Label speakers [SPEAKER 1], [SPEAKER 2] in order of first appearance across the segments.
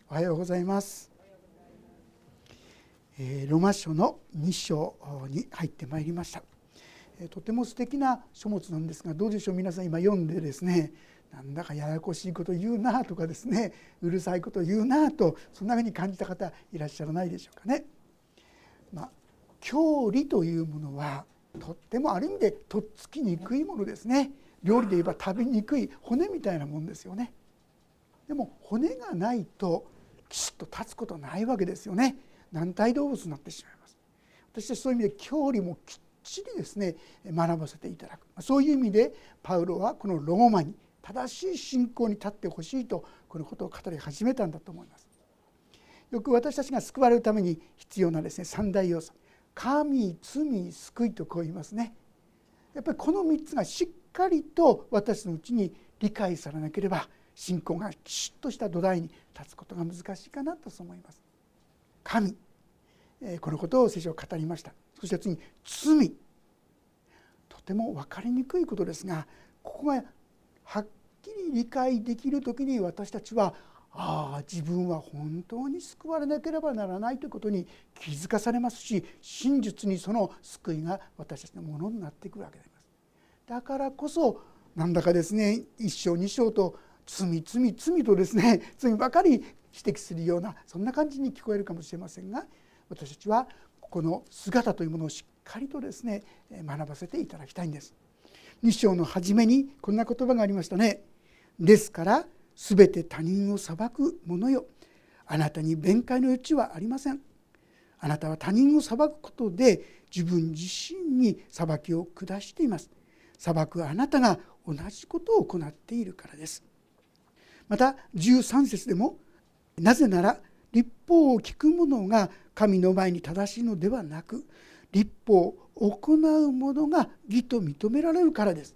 [SPEAKER 1] おはようございます。ロマ書の2章に入ってまいりました。とても素敵な書物なんですが、どうでしょう、皆さん今読んでですね、なんだかややこしいこと言うなとかですね、うるさいこと言うなと、そんなふうに感じた方いらっしゃらないでしょうかね。教理というものはとってもある意味でとっつきにくいものですね。料理で言えば食べにくい骨みたいなもんですよね。でも骨がないときちっと立つことはないわけですよね。軟体動物になってしまいます。私はそういう意味で教理もきっちりですね学ばせていただく、そういう意味でパウロはこのローマに正しい信仰に立ってほしいとこのことを語り始めたんだと思います。よく私たちが救われるために必要なですね三大要素、神、罪、救いとこう言いますね。やっぱりこの3つがしっかりと私のうちに理解されなければ信仰がきちっとした土台に立つことが難しいかなと思います。神、このことを聖書は語りました。そして次に罪、とても分かりにくいことですが、ここがはっきり理解できるときに私たちは自分は本当に救われなければならないということに気づかされますし、真実にその救いが私たちのものになっていくわけであります。だからこそなんだかですね1章2章と罪とですね罪ばかり指摘するようなそんな感じに聞こえるかもしれませんが、私たちはこの姿というものをしっかりとですね学ばせていただきたいんです。2章の初めにこんな言葉がありましたね。ですからすべて他人を裁く者よ、あなたに弁解の余地はありません。あなたは他人を裁くことで自分自身に裁きを下しています。裁くあなたが同じことを行っているからです。また13節でも、なぜなら律法を聞く者が神の前に正しいのではなく、律法を行う者が義と認められるからです。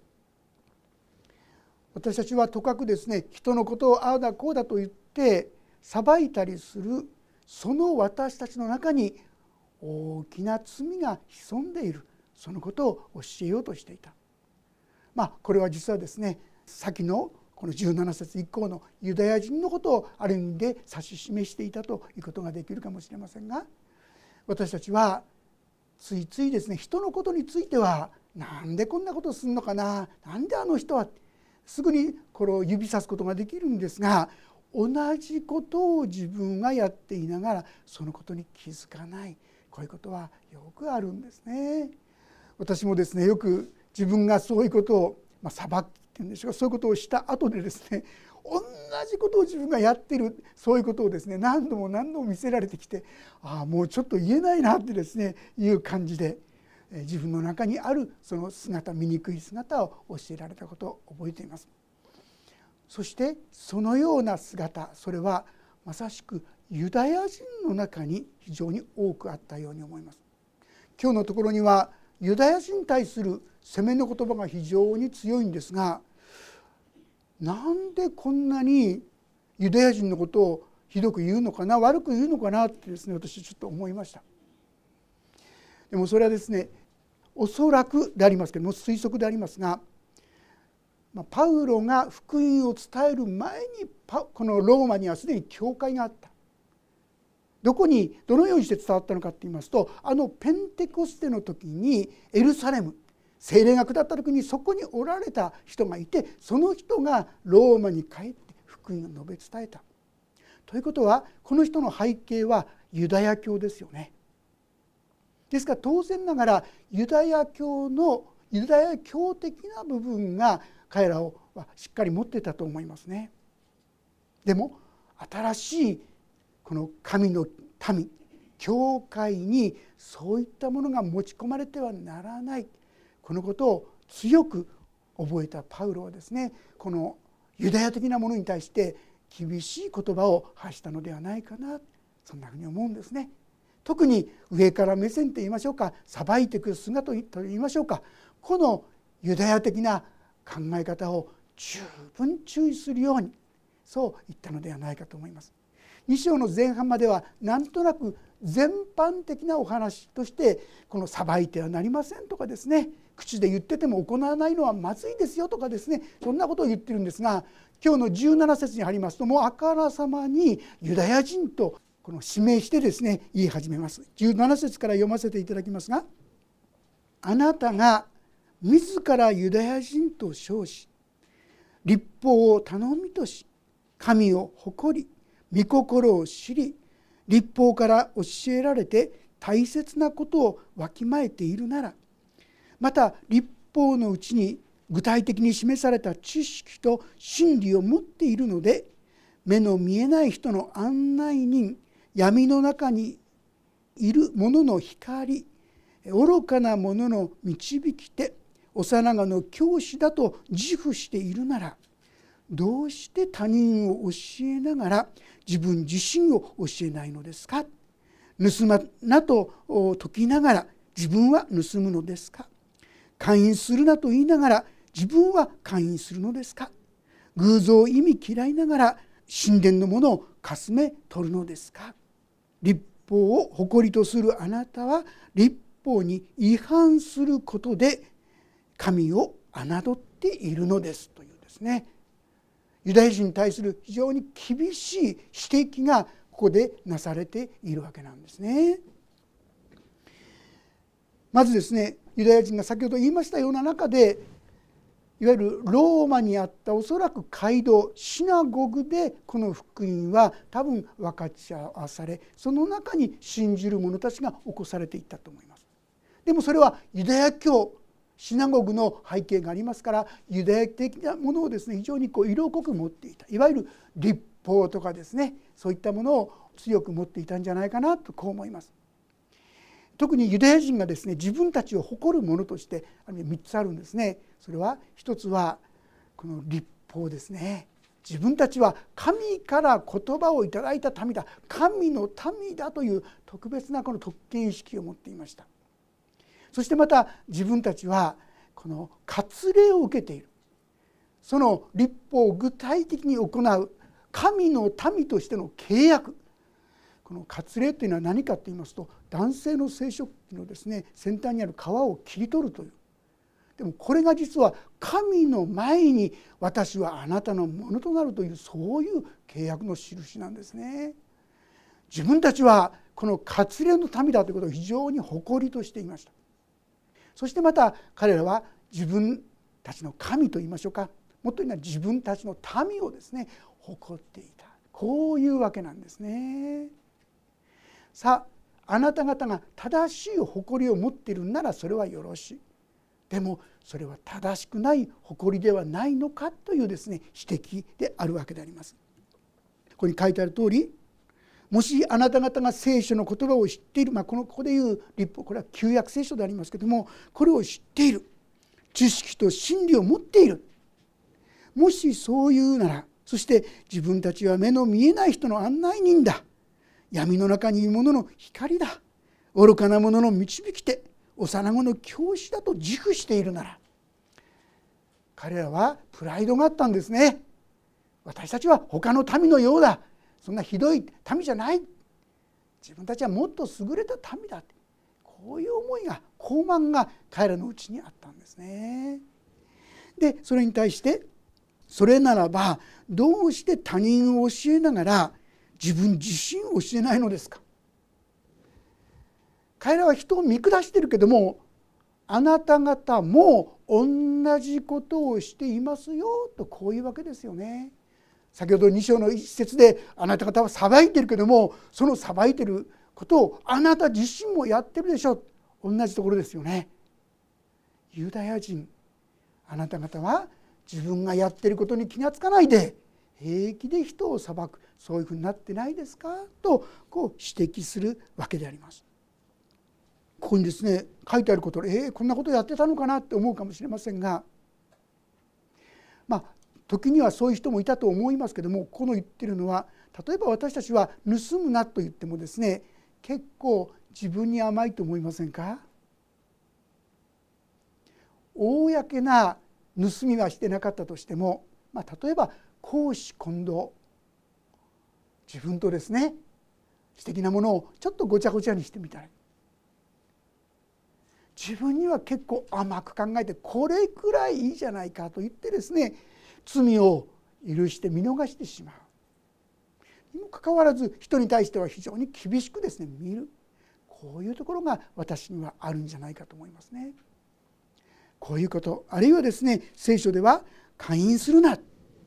[SPEAKER 1] 私たちはとかくですね、人のことをああだこうだと言って裁いたりする、その私たちの中に大きな罪が潜んでいる、そのことを教えようとしていた。これは実はですね、先のこの17節以降のユダヤ人のことをある意味で指し示していたということができるかもしれませんが、私たちはついついですね、人のことについてはなんでこんなことをするのかな、なんであの人は、すぐにこれを指さすことができるんですが、同じことを自分がやっていながらそのことに気づかない、こういうことはよくあるんですね。私もですね、よく自分がそういうことを裁きっていうんでしょうか、そういうことをした後でですね、同じことを自分がやっている、そういうことをですね何度も見せられてきて、もうちょっと言えないなってですねいう感じで、自分の中にあるその姿、醜い姿を教えられたことを覚えています。そしてそのような姿、それはまさしくユダヤ人の中に非常に多くあったように思います。今日のところにはユダヤ人に対する責めの言葉が非常に強いんですが、なんでこんなにユダヤ人のことをひどく言うのかな、悪く言うのかなってですね、私ちょっと思いました。でもそれはですね、おそらくでありますけども、推測でありますが、パウロが福音を伝える前にこのローマにはすでに教会があった。どのようにして伝わったのかといいますと、ペンテコステの時にエルサレム、聖霊が下った時にそこにおられた人がいて、その人がローマに帰って福音を述べ伝えたということは、この人の背景はユダヤ教ですよね。ですから当然ながらユダヤ教的な部分が彼らはしっかり持っていたと思いますね。でも新しいこの神の民、教会にそういったものが持ち込まれてはならない、このことを強く覚えたパウロはですね、このユダヤ的なものに対して厳しい言葉を発したのではないかな、そんなふうに思うんですね。特に上から目線と言いましょうか、裁いていく姿と言いましょうか、このユダヤ的な考え方を十分注意するように、そう言ったのではないかと思います。2章の前半まではなんとなく全般的なお話として、この裁いてはなりませんとかですね、 口で言ってても行わないのはまずいですよとかですね、そんなことを言ってるんですが、今日の17節に入りますと、もうあからさまにユダヤ人とこの指名してですね言い始めます。17節から読ませていただきますが、あなたが自らユダヤ人と称し、律法を頼みとし、神を誇り、御心を知り、律法から教えられて大切なことをわきまえているなら、また律法のうちに具体的に示された知識と真理を持っているので、目の見えない人の案内人、闇の中にいる者の光、愚かな者の導き手、幼子の教師だと自負しているなら、どうして他人を教えながら自分自身を教えないのですか。盗まなと説きながら自分は盗むのですか。姦淫するなと言いながら自分は姦淫するのですか。偶像を忌み嫌いながら神殿のものをかすめ取るのですか。律法を誇りとするあなたは律法に違反することで神を侮っているのですというですね、ユダヤ人に対する非常に厳しい指摘がここでなされているわけなんですね。まずですね、ユダヤ人が先ほど言いましたような中で、いわゆるローマにあったおそらく街道シナゴグでこの福音は多分分かち合わされ、その中に信じる者たちが起こされていったと思います。でもそれはユダヤ教シナゴグの背景がありますから、ユダヤ的なものをですね非常に色濃く持っていた、いわゆる律法とかですね、そういったものを強く持っていたんじゃないかなとこう思います。特にユダヤ人がですね自分たちを誇るものとして3つあるんですね。それは一つはこの律法ですね。自分たちは神から言葉をいただいた民だ、神の民だという特別なこの特権意識を持っていました。そしてまた自分たちはこの割礼を受けている、その律法を具体的に行う神の民としての契約、この割礼というのは何かと言いますと、男性の生殖器のですね先端にある皮を切り取るという。でもこれが実は神の前に私はあなたのものとなるという、そういう契約の印なんですね。自分たちはこの割礼の民だということを非常に誇りとしていました。そしてまた彼らは自分たちの神と言いましょうか、もっと言うのは自分たちの民をですね誇っていた、こういうわけなんですね。さあ、あなた方が正しい誇りを持っているならそれはよろしい。でもそれは正しくない誇りではないのかというですね指摘であるわけであります。ここに書いてある通り、もしあなた方が聖書の言葉を知っている、ここでいう律法、これは旧約聖書でありますけれども、これを知っている、知識と真理を持っている、もしそういうなら、そして自分たちは目の見えない人の案内人だ、闇の中にいる者の光だ、愚かな者の導き手、幼子の教師だと自負しているなら、彼らはプライドがあったんですね。私たちは他の民のようだ、そんなひどい民じゃない、自分たちはもっと優れた民だ、こういう思いが、傲慢が彼らのうちにあったんですね。でそれに対して、それならばどうして他人を教えながら自分自身を教えないのですか。彼らは人を見下しているけども、あなた方も同じことをしていますよと、こういうわけですよね。先ほど2章の一節で、あなた方は裁いているけども、その裁いていることをあなた自身もやってるでしょ、同じところですよね。ユダヤ人、あなた方は自分がやっていることに気がつかないで平気で人を裁く、そういうふうになってないですかとこう指摘するわけであります。ここにですね書いてあることで、こんなことやってたのかなって思うかもしれませんが、時にはそういう人もいたと思いますけども、この言ってるのは、例えば私たちは盗むなと言ってもですね、結構自分に甘いと思いませんか。公な盗みはしてなかったとしても、例えば公私混同、自分とですね素敵なものをちょっとごちゃごちゃにしてみたり、 自分には結構甘く考えて、これくらいいいじゃないかと言ってですね、罪を許して見逃してしまう。にもかかわらず人に対しては非常に厳しくですね見る、こういうところが私にはあるんじゃないかと思いますね。こういうこと、あるいはですね、聖書では姦淫するな、は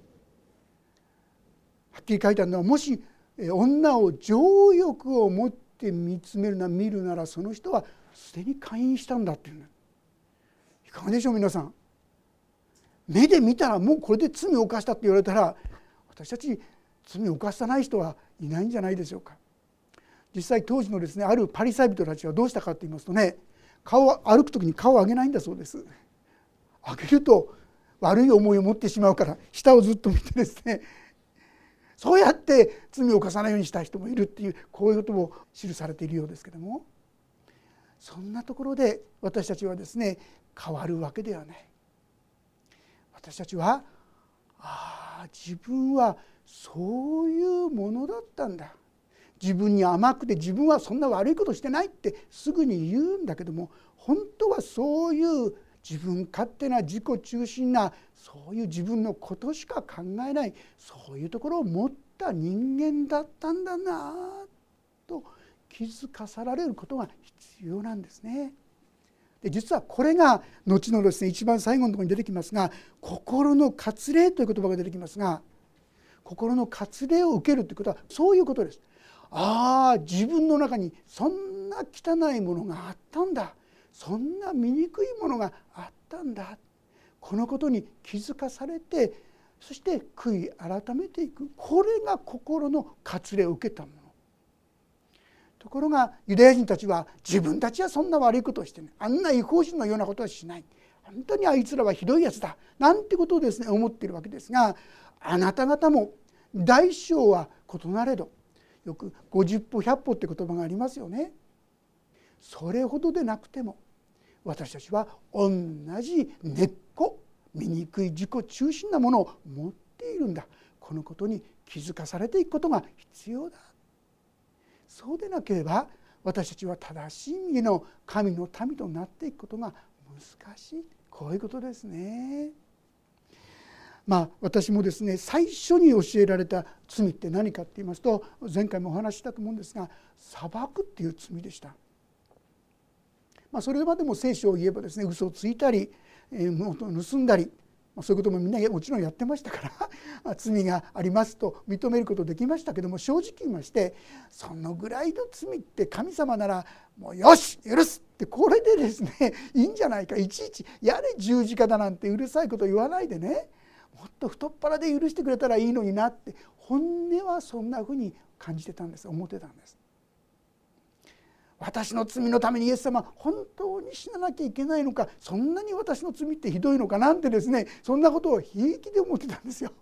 [SPEAKER 1] っきり書いてあるのは、もし女を情欲を持って見つめるな見るなら、その人はすでに姦淫したんだっていう。いかがでしょう皆さん。目で見たらもうこれで罪を犯したって言われたら、私たち罪を犯さない人はいないんじゃないでしょうか。実際当時のですね、あるパリサイ人たちはどうしたかと言いますとね、歩く時に顔を上げないんだそうです。上げると悪い思いを持ってしまうから、下をずっと見てですね、そうやって罪を犯さないようにした人もいるっていう、こういうことも記されているようですけども、そんなところで私たちはですね変わるわけではない。私たちは自分はそういうものだったんだ、自分に甘くて自分はそんな悪いことしてないってすぐに言うんだけども、本当はそういう自分勝手な自己中心な、そういう自分のことしか考えない、そういうところを持った人間だったんだなと気づかされることが必要なんですね。で実はこれが後のですね一番最後のところに出てきますが、心の割礼という言葉が出てきますが、心の割礼を受けるということはそういうことです。自分の中にそんな汚いものがあったんだ、そんな醜いものがあったんだ、このことに気づかされて、そして悔い改めていく、これが心の割礼を受けたもの。ところがユダヤ人たちは自分たちはそんな悪いことをしてない、あんな違法人のようなことはしない、本当にあいつらはひどいやつだなんてことをですね思っているわけですが、あなた方も大小は異なれど、よく50歩100歩って言葉がありますよね。それほどでなくても私たちは同じ根っこ、醜い自己中心なものを持っているんだ、このことに気づかされていくことが必要だ。そうでなければ私たちは正しい意味の神の民となっていくことが難しい、こういうことですね。私もですね最初に教えられた罪って何かって言いますと、前回もお話ししたと思うんですが、裁くっていう罪でした。それまでも聖書を言えばですね、嘘をついたり物を盗んだり、そういうこともみんなもちろんやってましたから罪がありますと認めることできましたけども、正直言いましてそのぐらいの罪って神様ならもうよし許すってこれでですねいいんじゃないか、いちいちやれ十字架だなんてうるさいこと言わないでね、もっと太っ腹で許してくれたらいいのになって、本音はそんなふうに感じてたんです、思ってたんです。私の罪のためにイエス様は本当に死ななきゃいけないのか、そんなに私の罪ってひどいのかなんてですね、そんなことを平気で思ってたんですよ。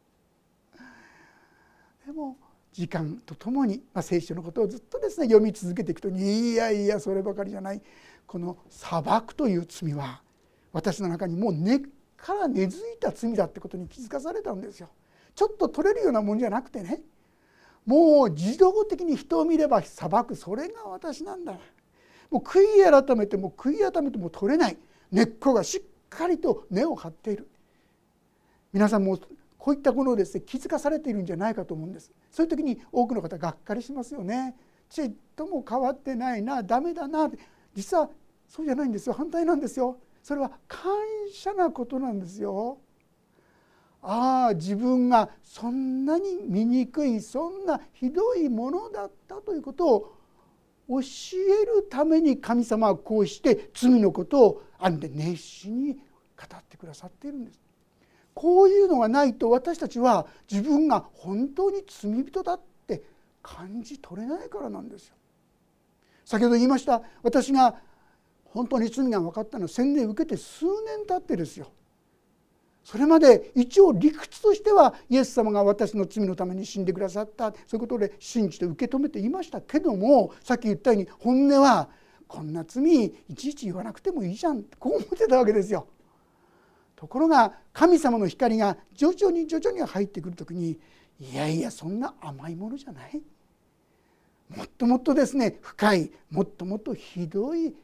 [SPEAKER 1] でも時間とともに、聖書のことをずっとですね読み続けていくと、いやそればかりじゃない、この裁くという罪は私の中にもう根っから根付いた罪だってことに気づかされたんですよ。ちょっと取れるようなもんじゃなくてね、もう自動的に人を見れば裁く、それが私なんだ。もう悔い改めても取れない根っこがしっかりと根を張っている。皆さんもこういったものをですね気づかされているんじゃないかと思うんです。そういう時に多くの方がっかりしますよね。ちっとも変わってないな、ダメだなって。実はそうじゃないんですよ、反対なんですよ。それは感謝なことなんですよ。自分がそんなに醜い、そんなひどいものだったということを教えるために神様はこうして罪のことを熱心に語ってくださっているんです。こういうのがないと私たちは自分が本当に罪人だって感じ取れないからなんですよ。先ほど言いました、私が本当に罪が分かったのは洗礼を受けて数年経ってですよ。それまで一応理屈としてはイエス様が私の罪のために死んでくださった、そういうことで信じて受け止めていましたけども、さっき言ったように本音はこんな罪いちいち言わなくてもいいじゃんってこう思ってたわけですよ。ところが神様の光が徐々に入ってくるときに、いやそんな甘いものじゃない、もっともっとですね深い、もっともっとひどい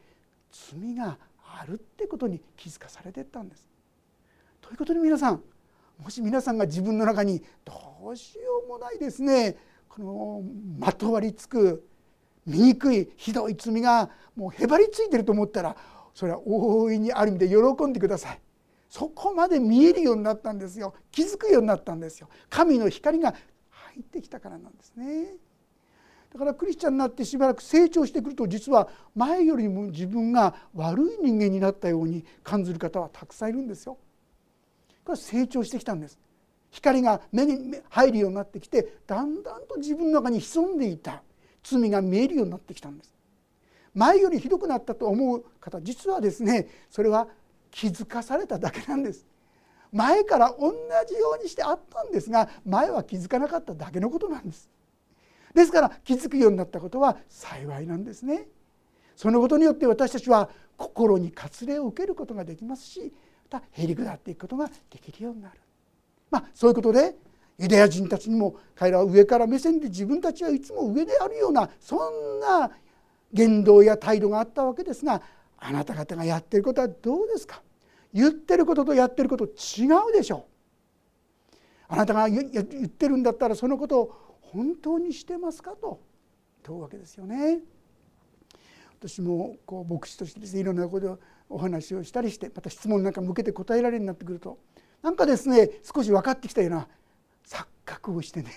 [SPEAKER 1] 罪があるってことに気づかされていったんです。ということで皆さん、もし皆さんが自分の中にどうしようもないですね、このまとわりつく醜いひどい罪がもうへばりついてると思ったら、それは大いにある意味で喜んでください。そこまで見えるようになったんですよ。気づくようになったんですよ。神の光が入ってきたからなんですね。だからクリスチャンになってしばらく成長してくると、実は前よりも自分が悪い人間になったように感じる方はたくさんいるんですよ。これは成長してきたんです。光が目に入るようになってきて、だんだんと自分の中に潜んでいた罪が見えるようになってきたんです。前よりひどくなったと思う方、実はですね、それは気づかされただけなんです。前から同じようにしてあったんですが、前は気づかなかっただけのことなんです。ですから気づくようになったことは幸いなんですね。そのことによって私たちは心に割礼を受けることができますし、またへり下っていくことができるようになる。そういうことでユダヤ人たちにも彼らは上から目線で自分たちはいつも上であるような、そんな言動や態度があったわけですが、あなた方がやっていることはどうですか。言ってることとやってること違うでしょう。あなたが言ってるんだったらそのことを本当にしてますかと問うわけですよね。私も牧師としてですね、いろんなことでお話をしたりして、また質問なんか向けて答えられるようになってくると、なんかですね、少し分かってきたような錯覚をしてね、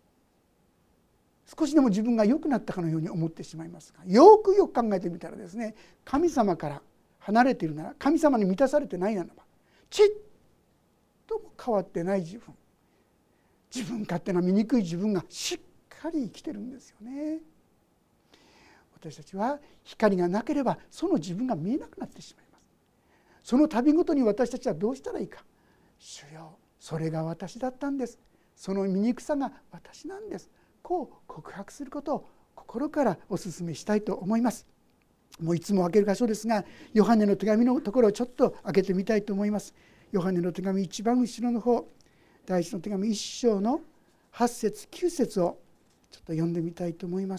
[SPEAKER 1] 少しでも自分が良くなったかのように思ってしまいますが、よくよく考えてみたらですね、神様から離れているなら、神様に満たされてないならば、ちっとも変わってない自分勝手な醜い自分がしっかり生きてるんですよね。私たちは光がなければその自分が見えなくなってしまいます。その度ごとに私たちはどうしたらいいか。主よ、それが私だったんです。その醜さが私なんです。こう告白することを心からお勧めしたいと思います。もういつも開ける箇所ですが、ヨハネの手紙のところをちょっと開けてみたいと思います。ヨハネの手紙一番後ろの方、第一の手紙1章の8節9節をちょっと読んでみたいと思います。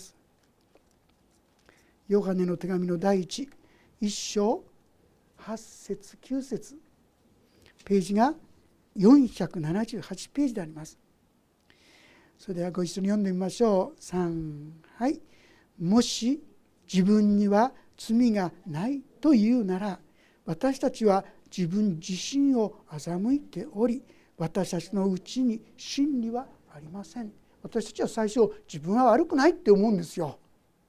[SPEAKER 1] ヨハネの手紙の第1章8節9節、ページが478ページであります。それではご一緒に読んでみましょう。3、はい。もし自分には罪がないというなら、私たちは自分自身を欺いており、私たちのうちに真理はありません。私たちは最初自分は悪くないって思うんですよ。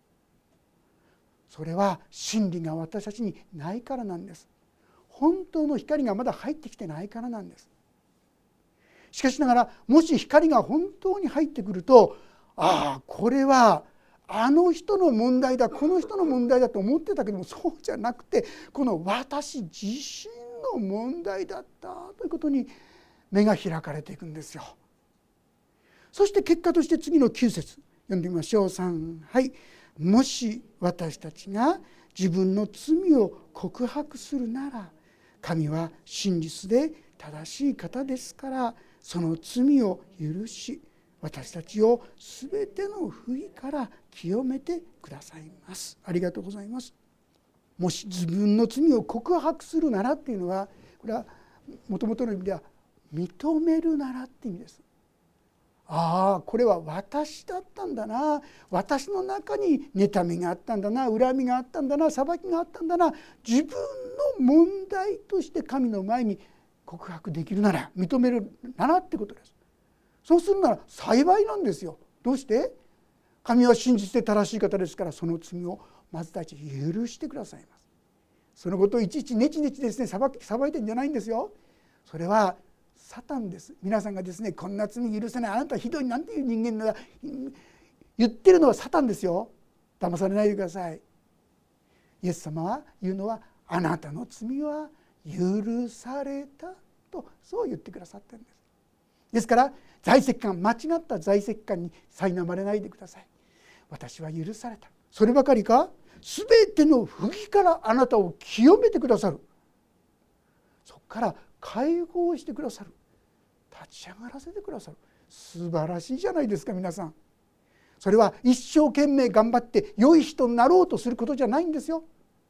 [SPEAKER 1] それは真理が私たちにないからなんです。本当の光がまだ入ってきてないからなんです。しかしながら、もし光が本当に入ってくると、これはあの人の問題だ、この人の問題だと思ってたけども、そうじゃなくて、この私自身の問題だったということに目が開かれていくんですよ。そして結果として次の9節読んでみましょう。3、はい。もし私たちが自分の罪を告白するなら、神は真実で正しい方ですから、その罪を許し、私たちをすべての不義から清めてくださいます。ありがとうございます。もし自分の罪を告白するならっていうのは、これはもともとの意味では認めるならって意味です。これは私だったんだな、私の中に妬みがあったんだな、恨みがあったんだな、裁きがあったんだな、自分の問題として神の前に告白できるなら、認めるならってことです。そうするなら幸いなんですよ。どうして？神は真実で正しい方ですから、その罪をまず第一許してくださいます。そのことをいちいちネチネチですね裁いてるんじゃないんですよ。それはサタンです。皆さんがですね、こんな罪許せない、あなたはひどいなんていう人間だ、言ってるのはサタンですよ。騙されないでください。イエス様は言うのは、あなたの罪は許されたと、そう言ってくださってるんです。ですから在籍感、間違った在籍感に苛まれないでください。私は許された。そればかりか、すべての不義からあなたを清めてくださる。そこから解放してくださる。立ち上がらせてくださる。素晴らしいじゃないですか皆さん。それは一生懸命頑張って良い人になろうとすることじゃないんですよ。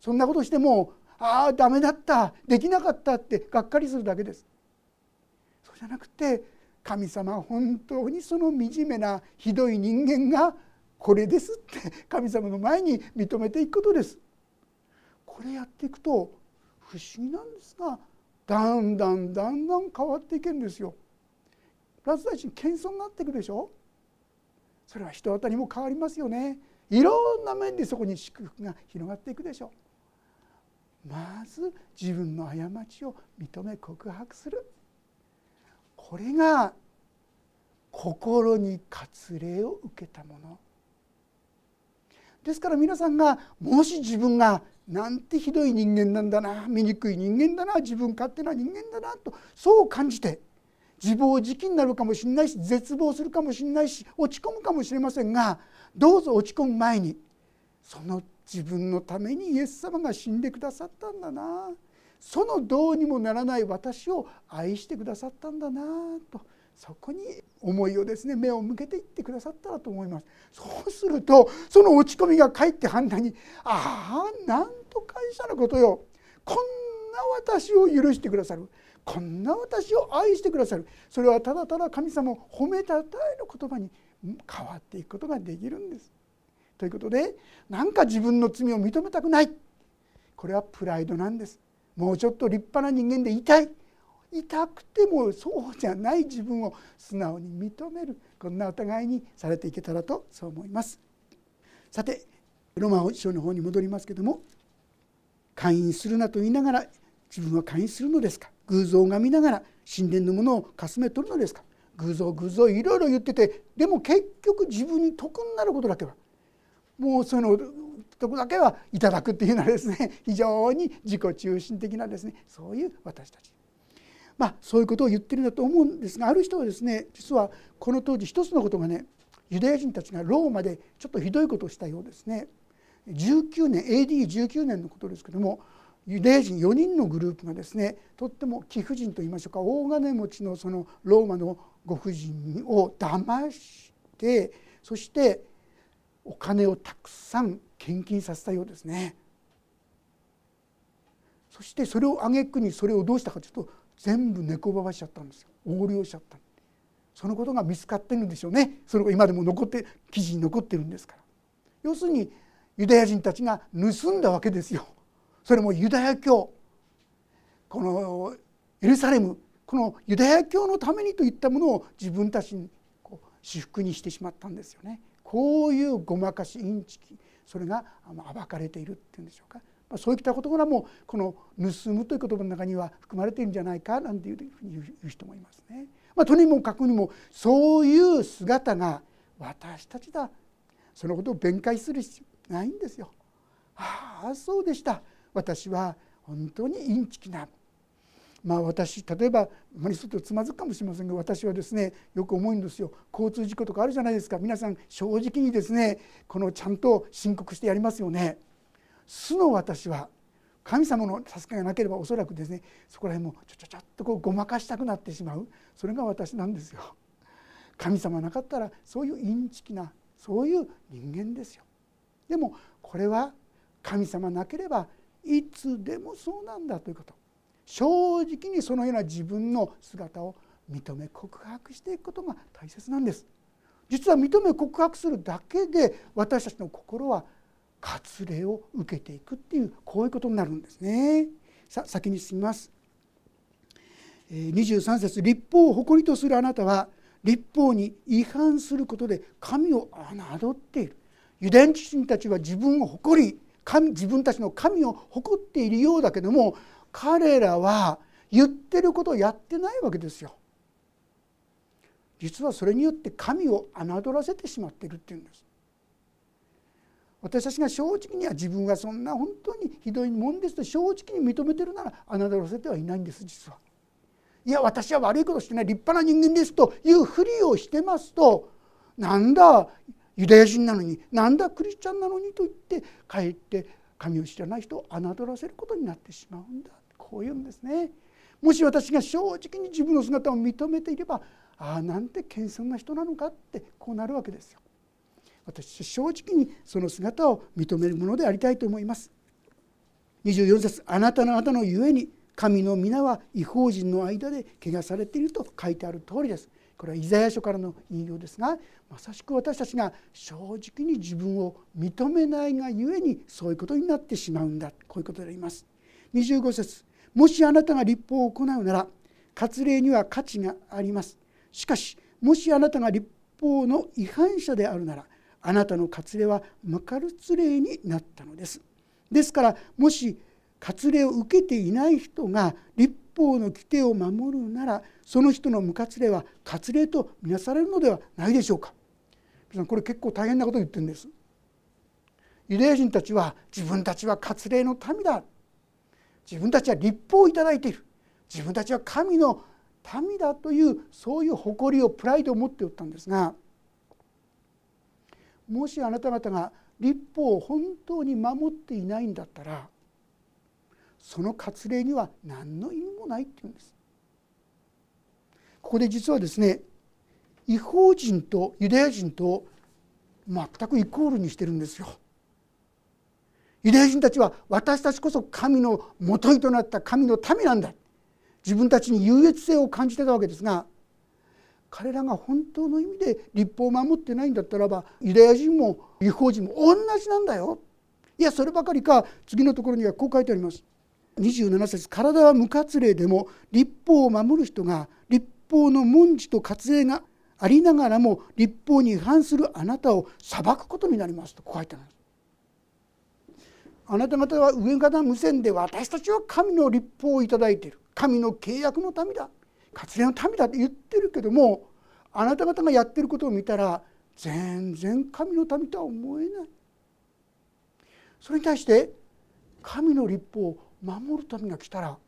[SPEAKER 1] そんなことしてもダメだった、できなかったってがっかりするだけです。そうじゃなくて、神様は本当にその惨めなひどい人間がこれですって神様の前に認めていくことです。これやっていくと不思議なんですが、だんだん変わっていけるんですよ。ラズダイチに謙遜になっていくでしょ。それは人当たりも変わりますよね。いろんな面でそこに祝福が広がっていくでしょう。まず自分の過ちを認め告白する、これが心に割礼を受けたものですから、皆さんがもし自分がなんてひどい人間なんだな、醜い人間だな、自分勝手な人間だなとそう感じて自暴自棄になるかもしれないし、絶望するかもしれないし、落ち込むかもしれませんが、どうぞ落ち込む前に、その自分のためにイエス様が死んでくださったんだな、そのどうにもならない私を愛してくださったんだなと、そこに思いをですね、目を向けていってくださったらと思います。そうするとその落ち込みがかえって反対に、なんと感謝のことよ、こんな私を許してくださる、こんな私を愛してくださる、それはただただ神様を褒めたたえる言葉に変わっていくことができるんです。ということで、なんか自分の罪を認めたくない、これはプライドなんです。もうちょっと立派な人間でいたい、痛くてもそうじゃない自分を素直に認める、こんなお互いにされていけたらとそう思います。さて、ローマ書の方に戻りますけども、姦淫するなと言いながら自分は姦淫するのですか、偶像を拝みながら神殿のものをかすめ取るのですか、偶像いろいろ言ってて、でも結局自分に得になることだけは、もうそのとこだけはいただくっていうのはですね、非常に自己中心的なですね、そういう私たち、そういうことを言ってるんだと思うんですが、ある人はですね、実はこの当時一つのことがね、ユダヤ人たちがローマでちょっとひどいことをしたようですね。19年 AD19 年のことですけども、ユダヤ人4人のグループがですね、とっても貴婦人といいましょうか、大金持ちのそのローマのご婦人を騙して、そしてお金をたくさん献金させたようですね。そしてそれを挙句にそれをどうしたかというと、全部猫ばばしちゃったんですよ。横領しちゃった。そのことが見つかってるんでしょうね。それが今でも残って記事に残ってるんですから。要するにユダヤ人たちが盗んだわけですよ。それもユダヤ教、このエルサレム、このユダヤ教のためにといったものを自分たちに私服にしてしまったんですよね。こういうごまかしインチキ、それが暴かれているっていうんでしょうか。そういったことからもこの盗むという言葉の中には含まれているんじゃないかなんていうふうに言う人もいますね。とにもかくにもそういう姿が私たちだ、そのことを弁解する必要ないんですよ。そうでした、私は本当にインチキな、私例えばあまりするとつまずくかもしれませんが、私はですねよく思うんですよ。交通事故とかあるじゃないですか。皆さん正直にですねちゃんと申告してやりますよね。素の私は神様の助けがなければおそらくですね、そこら辺もちょっとごまかしたくなってしまう、それが私なんですよ。神様なかったらそういうインチキなそういう人間ですよ。でもこれは神様なければいつでもそうなんだということ、正直にそのような自分の姿を認め告白していくことが大切なんです。実は認め告白するだけで私たちの心は割礼を受けていくっていう、こういうことになるんですね。先に進みます。23節、律法を誇りとするあなたは律法に違反することで神を侮っている。ユダヤ人たちは自分を誇り、自分たちの神を誇っているようだけども、彼らは言ってることをやってないわけですよ。実はそれによって神を侮らせてしまっているっていうんです。私たちが正直には自分がそんな本当にひどいもんですと正直に認めているなら侮らせてはいないんです。実はいや私は悪いことしてない立派な人間ですというふりをしてますと、なんだユダヤ人なのに、なんだクリスチャンなのにと言ってかえって神を知らない人を侮らせることになってしまうんだ、こういうんですね。もし私が正直に自分の姿を認めていれば、なんて謙遜な人なのかってこうなるわけですよ。私正直にその姿を認めるものでありたいと思います。 24節、あなた方のゆえに神の皆は異邦人の間で汚されていると書いてある通りです。これはイザヤ書からの引用ですが、まさしく私たちが正直に自分を認めないがゆえにそういうことになってしまうんだ、こういうことであります。25節、もしあなたが律法を行うなら割礼には価値があります。しかしもしあなたが律法の違反者であるならあなたの割礼は無カルツ礼になったのです。ですからもし割礼を受けていない人が律法の規定を守るならその人の無割礼は割礼とみなされるのではないでしょうか。皆さん、これ結構大変なことを言ってるんです。ユダヤ人たちは自分たちは割礼の民だ、自分たちは律法をいただいている、自分たちは神の民だというそういう誇りをプライドを持っておったんですが、もしあなた方が律法を本当に守っていないんだったらその割礼には何の意味もないっていうんです。ここで実はですね、異邦人とユダヤ人と全くイコールにしてるんですよ。ユダヤ人たちは私たちこそ神の元井となった神の民なんだ、自分たちに優越性を感じてたわけですが、彼らが本当の意味で律法を守ってないんだったらばユダヤ人も異邦人も同じなんだよ。いやそればかりか、次のところにはこう書いてあります。27節、体は無割礼でも律法を守る人が律法の文字と割礼がありながらも律法に違反するあなたを裁くことになりますと書いてあるんです。あなた方は上から無線で私たちは神の律法をいただいている、神の契約の民だ、割礼の民だって言ってるけども、あなた方がやってることを見たら全然神の民とは思えない。それに対して神の律法を守る民が来たら、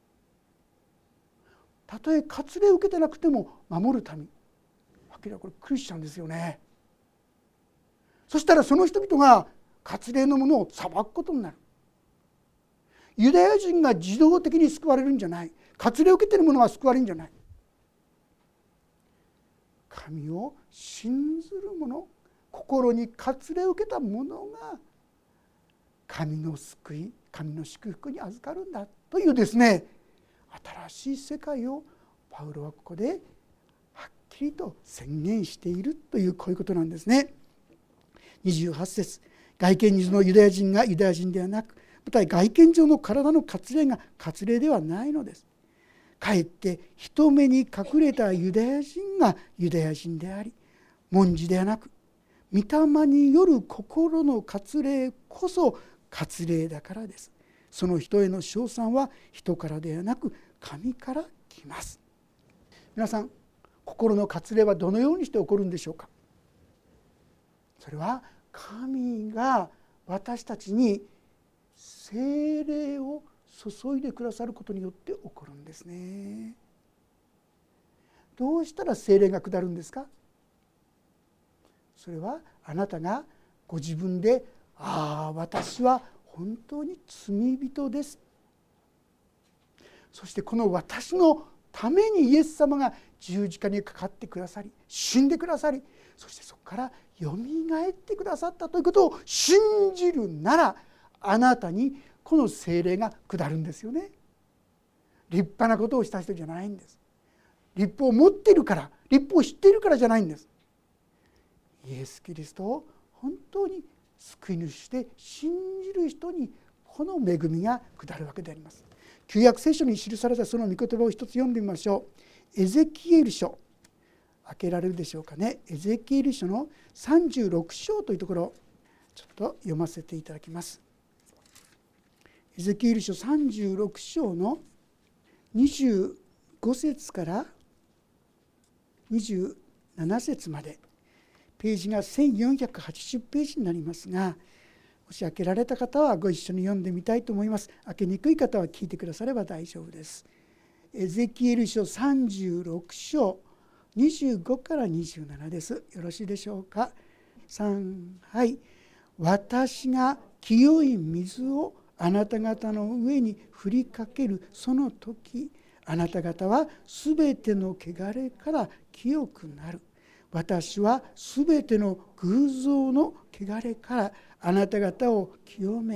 [SPEAKER 1] たとえ割礼を受けてなくても守る民、明らかにこれクリスチャンですよね。そしたらその人々が割礼のものを裁くことになる。ユダヤ人が自動的に救われるんじゃない、割礼を受けている者が救われるんじゃない、神を信ずる者、心に割礼を受けた者が神の救い、神の祝福に預かるんだというですね、新しい世界をパウロはここではっきりと宣言しているという、こういうことなんですね。28節、外見上のユダヤ人がユダヤ人ではなく、また外見上の体の割礼が割礼ではないのです。かえって人目に隠れたユダヤ人がユダヤ人であり、文字ではなく御霊による心の割礼こそ割礼だからです。その人への称賛は人からではなく神から来ます。皆さん、心の割礼はどのようにして起こるんでしょうか。それは神が私たちに聖霊を注いでくださることによって起こるんですね。どうしたら聖霊が下るんですか。それはあなたがご自分で、私は本当に罪人です、そしてこの私のためにイエス様が十字架にかかってくださり、死んでくださり、そしてそこからよみがえってくださったということを信じるなら、あなたにこの聖霊が下るんですよね。立派なことをした人じゃないんです。律法を持っているから、律法を知っているからじゃないんです。イエス・キリストを本当に救い主して信じる人にこの恵みが下るわけであります。旧約聖書に記されたその御言葉を一つ読んでみましょう。エゼキエル書、開けられるでしょうかね。エゼキエル書の36章というところをちょっと読ませていただきます。エゼキエル書36章の25節から27節まで、ページが1480ページになりますが、もし開けられた方はご一緒に読んでみたいと思います。開けにくい方は聞いてくだされば大丈夫です。エゼキエル書36章25から27です。よろしいでしょうか。はい。私が清い水をあなた方の上に振りかけるその時、あなた方はすべての汚れから清くなる。私はすべての偶像の汚れからあなた方を清め、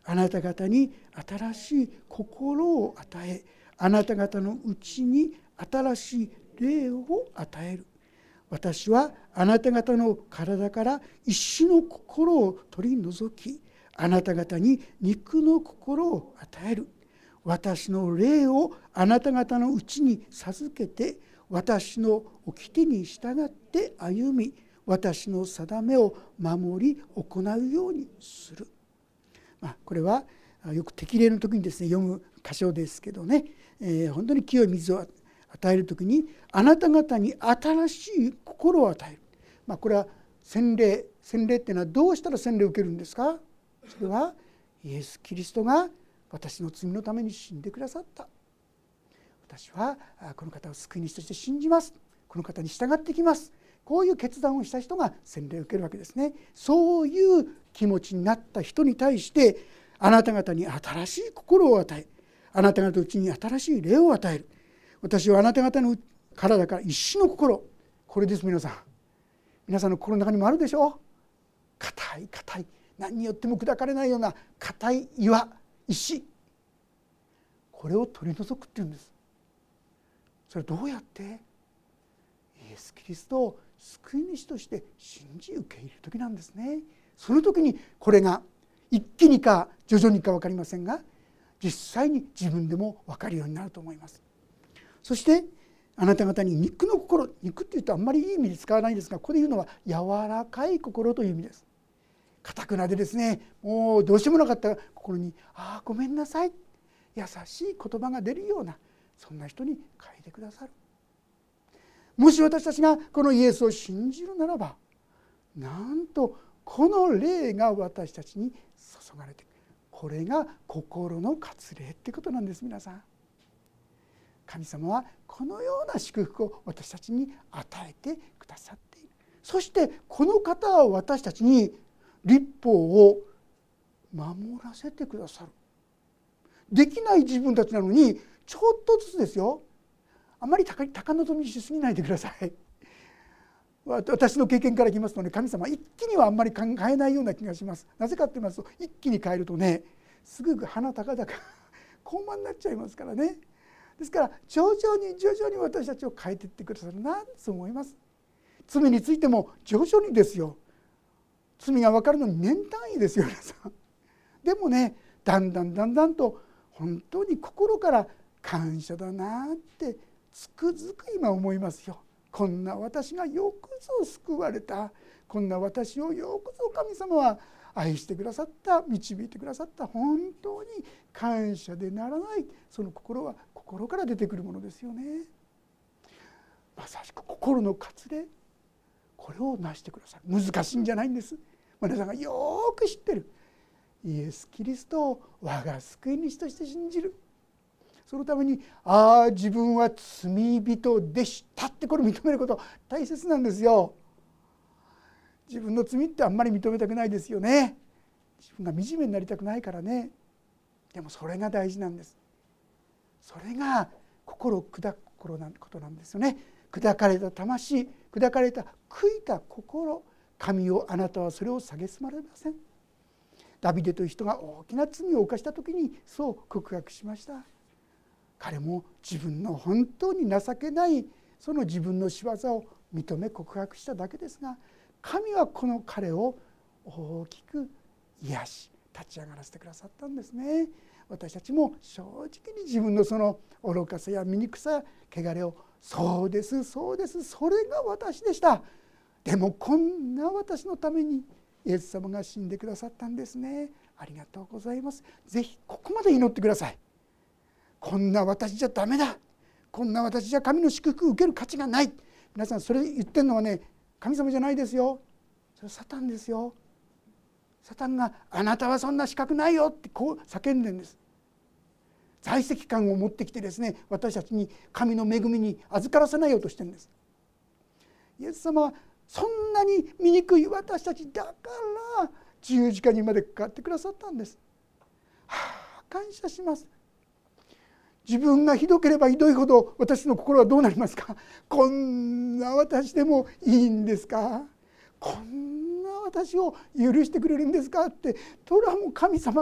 [SPEAKER 1] あなた方に新しい心を与え、あなた方のうちに新しい霊を与える。私はあなた方の体から石の心を取り除き、あなた方に肉の心を与える。私の霊をあなた方のうちに授けて、私の掟に従って歩み、私の定めを守り行うようにする。これはよく適齢の時にですね読む箇所ですけどね、本当に清い水を与える時にあなた方に新しい心を与える。これは洗礼っていうのはどうしたら洗礼を受けるんですか？それはイエス・キリストが私の罪のために死んでくださった。私はこの方を救い主として信じます。この方に従ってきます。こういう決断をした人が洗礼を受けるわけですね。そういう気持ちになった人に対してあなた方に新しい心を与え、あなた方のうちに新しい霊を与える。私はあなた方の体から石の心、これです。皆さんの心の中にもあるでしょう。硬い何によっても砕かれないような硬い岩、石、これを取り除くっていうんです。それどうやって？イエス・キリストを救い主として信じ受け入れる時なんですね。その時にこれが一気にか徐々にか分かりませんが、実際に自分でも分かるようになると思います。そしてあなた方に肉の心、肉っていうとあんまりいい意味で使わないんですが、ここで言うのは柔らかい心という意味です。固くなでですね、もうどうしようもなかった心にごめんなさい、優しい言葉が出るような、そんな人に変えてくださる。もし私たちがこのイエスを信じるならば、なんとこの霊が私たちに注がれていく。これが心の割礼ってことなんです。皆さん、神様はこのような祝福を私たちに与えてくださっている。そしてこの方は私たちに律法を守らせてくださる。できない自分たちなのにちょっとずつですよ。あまり高望みしすぎないでください。私の経験からいきますとね、神様は一気にはあんまり変えないような気がします。なぜかと言いますと、一気に変えるとね、すぐ鼻高々高慢になっちゃいますからね。ですから徐々に私たちを変えていってくださるなと思います。罪についても徐々にですよ。罪が分かるのに年単位ですよ、皆さん。でもね、だんだんと本当に心から感謝だなってつくづく今思いますよ。こんな私がよくぞ救われた、こんな私をよくぞ神様は愛してくださった、導いてくださった、本当に感謝でならない、その心は心から出てくるものですよね。まさしく心の割礼、これをなしてくださる。難しいんじゃないんです。皆さんがよく知ってるイエス・キリストを我が救い主として信じる。そのために自分は罪人でしたってこれ認めること大切なんですよ。自分の罪ってあんまり認めたくないですよね。自分が惨めになりたくないからね。でもそれが大事なんです。それが心を砕くことなんですよね。砕かれた魂、砕かれた悔いた心、神をあなたはそれを蔑まれません。ダビデという人が大きな罪を犯した時にそう告白しました。彼も自分の本当に情けないその自分の仕業を認め告白しただけですが、神はこの彼を大きく癒し立ち上がらせてくださったんですね。私たちも正直に自分のその愚かさや醜さ汚れを、そうですそれが私でした、でもこんな私のためにイエス様が死んでくださったんですね。ありがとうございます。ぜひここまで祈ってください。こんな私じゃダメだ、こんな私じゃ神の祝福を受ける価値がない。皆さんそれ言ってるのはね、神様じゃないですよ。それサタンですよ。サタンがあなたはそんな資格ないよってこう叫んでるんです。在籍感を持ってきてですね、私たちに神の恵みに預からせないようとしてるんです。イエス様はそんなに醜い私たちだから十字架にまでかかってくださったんです。感謝します。自分がひどければひどいほど私の心はどうなりますか。こんな私でもいいんですか、こんな私を許してくれるんですかって、とらも神様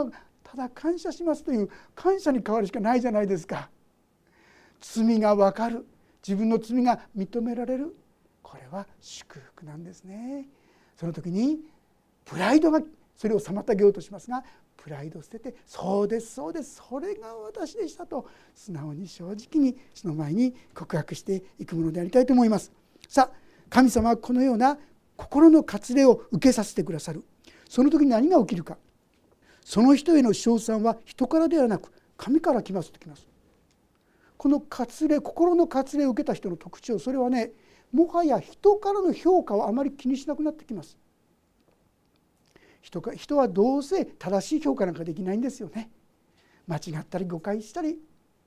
[SPEAKER 1] ただ感謝しますという感謝に変わるしかないじゃないですか。罪が分かる、自分の罪が認められる、これは祝福なんですね。その時にプライドがそれを妨げようとしますが、プライドを捨てて、そうですそうです、それが私でしたと素直に正直にその前に告白していくものでありたいと思います。さあ、神様はこのような心の割礼を受けさせてくださる。その時に何が起きるか。その人への称賛は人からではなく神から来ますときます。この割礼、心の割礼を受けた人の特徴、それはね、もはや人からの評価をあまり気にしなくなってきます。人はどうせ正しい評価なんかできないんですよね。間違ったり誤解したり。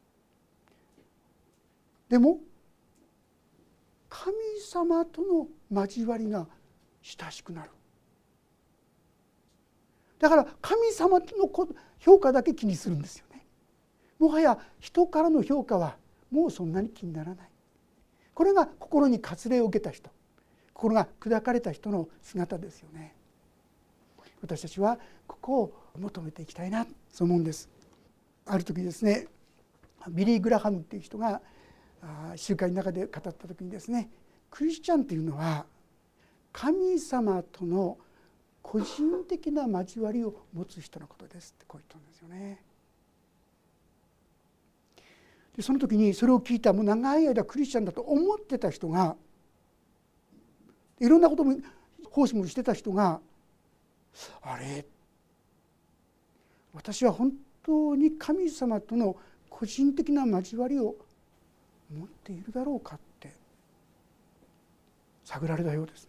[SPEAKER 1] でも神様との交わりが親しくなる。だから神様の評価だけ気にするんですよね。もはや人からの評価はもうそんなに気にならない。これが心に割礼を受けた人、心が砕かれた人の姿ですよね。私たちはここを求めていきたいな、そう思うんです。ある時ですね、ビリー・グラハムっていう人が集会の中で語った時にですね、クリスチャンっていうのは神様との個人的な交わりを持つ人のことですってこう言ったんですよね。でその時にそれを聞いた、もう長い間クリスチャンだと思ってた人が、いろんなことも奉仕もしてた人が、あれ、私は本当に神様との個人的な交わりを持っているだろうかって探られたようですね。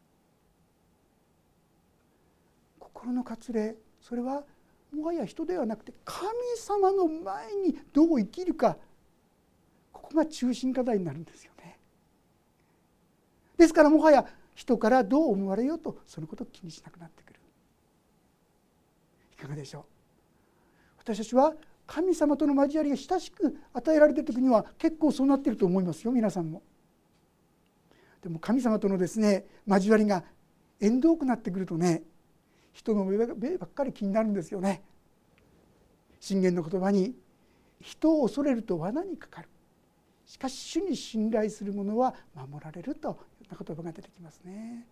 [SPEAKER 1] 心の割礼、それはもはや人ではなくて神様の前にどう生きるか、ここが中心課題になるんですよね。ですからもはや人からどう思われようとそのことを気にしなくなってくる。いかがでしょう。私たちは神様との交わりが親しく与えられている時には結構そうなっていると思いますよ、皆さんも。でも神様とのですね、交わりが縁遠くなってくるとね、人の目ばっかり気になるんですよね。箴言の言葉に、人を恐れると罠にかかる、しかし主に信頼する者は守られるというような言葉が出てきますね。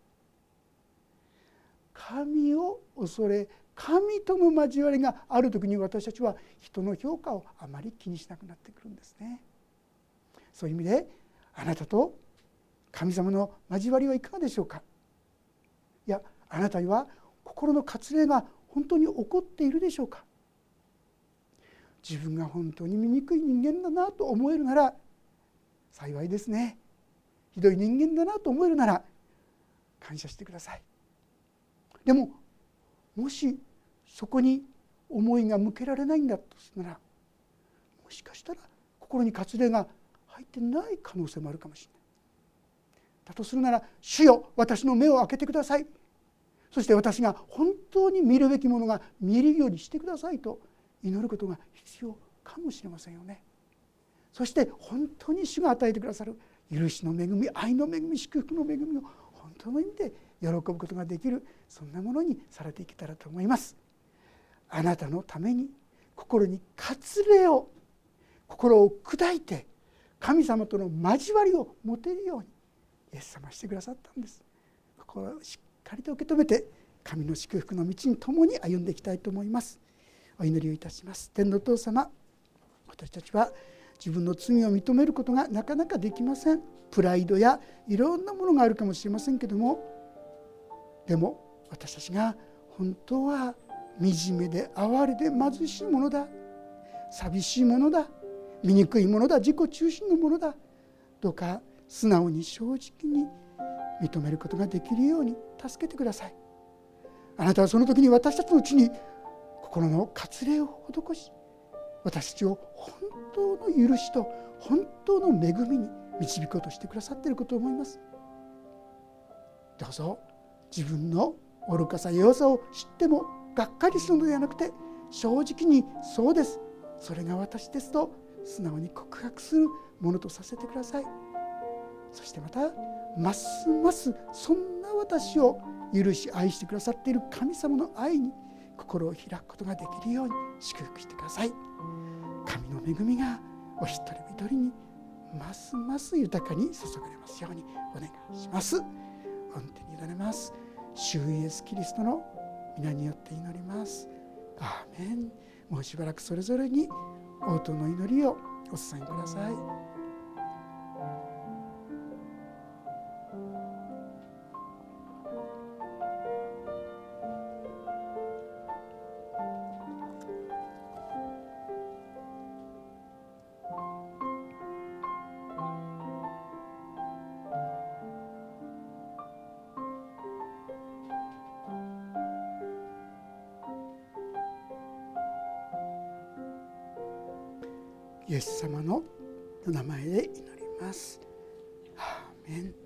[SPEAKER 1] 神を恐れ、神との交わりがある時に私たちは人の評価をあまり気にしなくなってくるんですね。そういう意味で、あなたと神様の交わりはいかがでしょうか。いや、あなたには心の割礼が本当に起こっているでしょうか。自分が本当に醜い人間だなと思えるなら幸いですね。ひどい人間だなと思えるなら感謝してください。でももしそこに思いが向けられないんだとするなら、もしかしたら心に割礼が入ってない可能性もあるかもしれない。だとするなら、主よ、私の目を開けてください。そして私が本当に見るべきものが見えるようにしてくださいと祈ることが必要かもしれませんよね。そして本当に主が与えてくださる許しの恵み、愛の恵み、祝福の恵みを本当の意味で喜ぶことができる、そんなものにされていけたらと思います。あなたのために心に割礼を、心を砕いて神様との交わりを持てるようにイエス様はしてくださったんです。心をしっかりと受け止めて神の祝福の道に共に歩んでいきたいと思います。お祈りをいたします。天のお父様、私たちは自分の罪を認めることがなかなかできません。プライドやいろんなものがあるかもしれませんけども、でも私たちが本当は惨めで哀れで貧しいものだ、寂しいものだ、醜いものだ、自己中心のものだ、どうか素直に正直に認めることができるように助けてください。あなたはその時に私たちのうちに心の割礼を施し、私たちを本当の許しと本当の恵みに導こうとしてくださっていることを思います。どうぞ自分の愚かさ弱さを知ってもがっかりするのではなくて、正直にそうです、それが私ですと素直に告白するものとさせてください。そしてまたますますそんな私を許し愛してくださっている神様の愛に心を開くことができるように祝福してください。神の恵みがお一人一人にますます豊かに注がれますようにお願いします。御手に委ねます。主イエスキリストの皆によって祈ります。アーメン。もうしばらくそれぞれに応答の祈りをお捧げください。イエス様のお名前で祈ります。アーメン。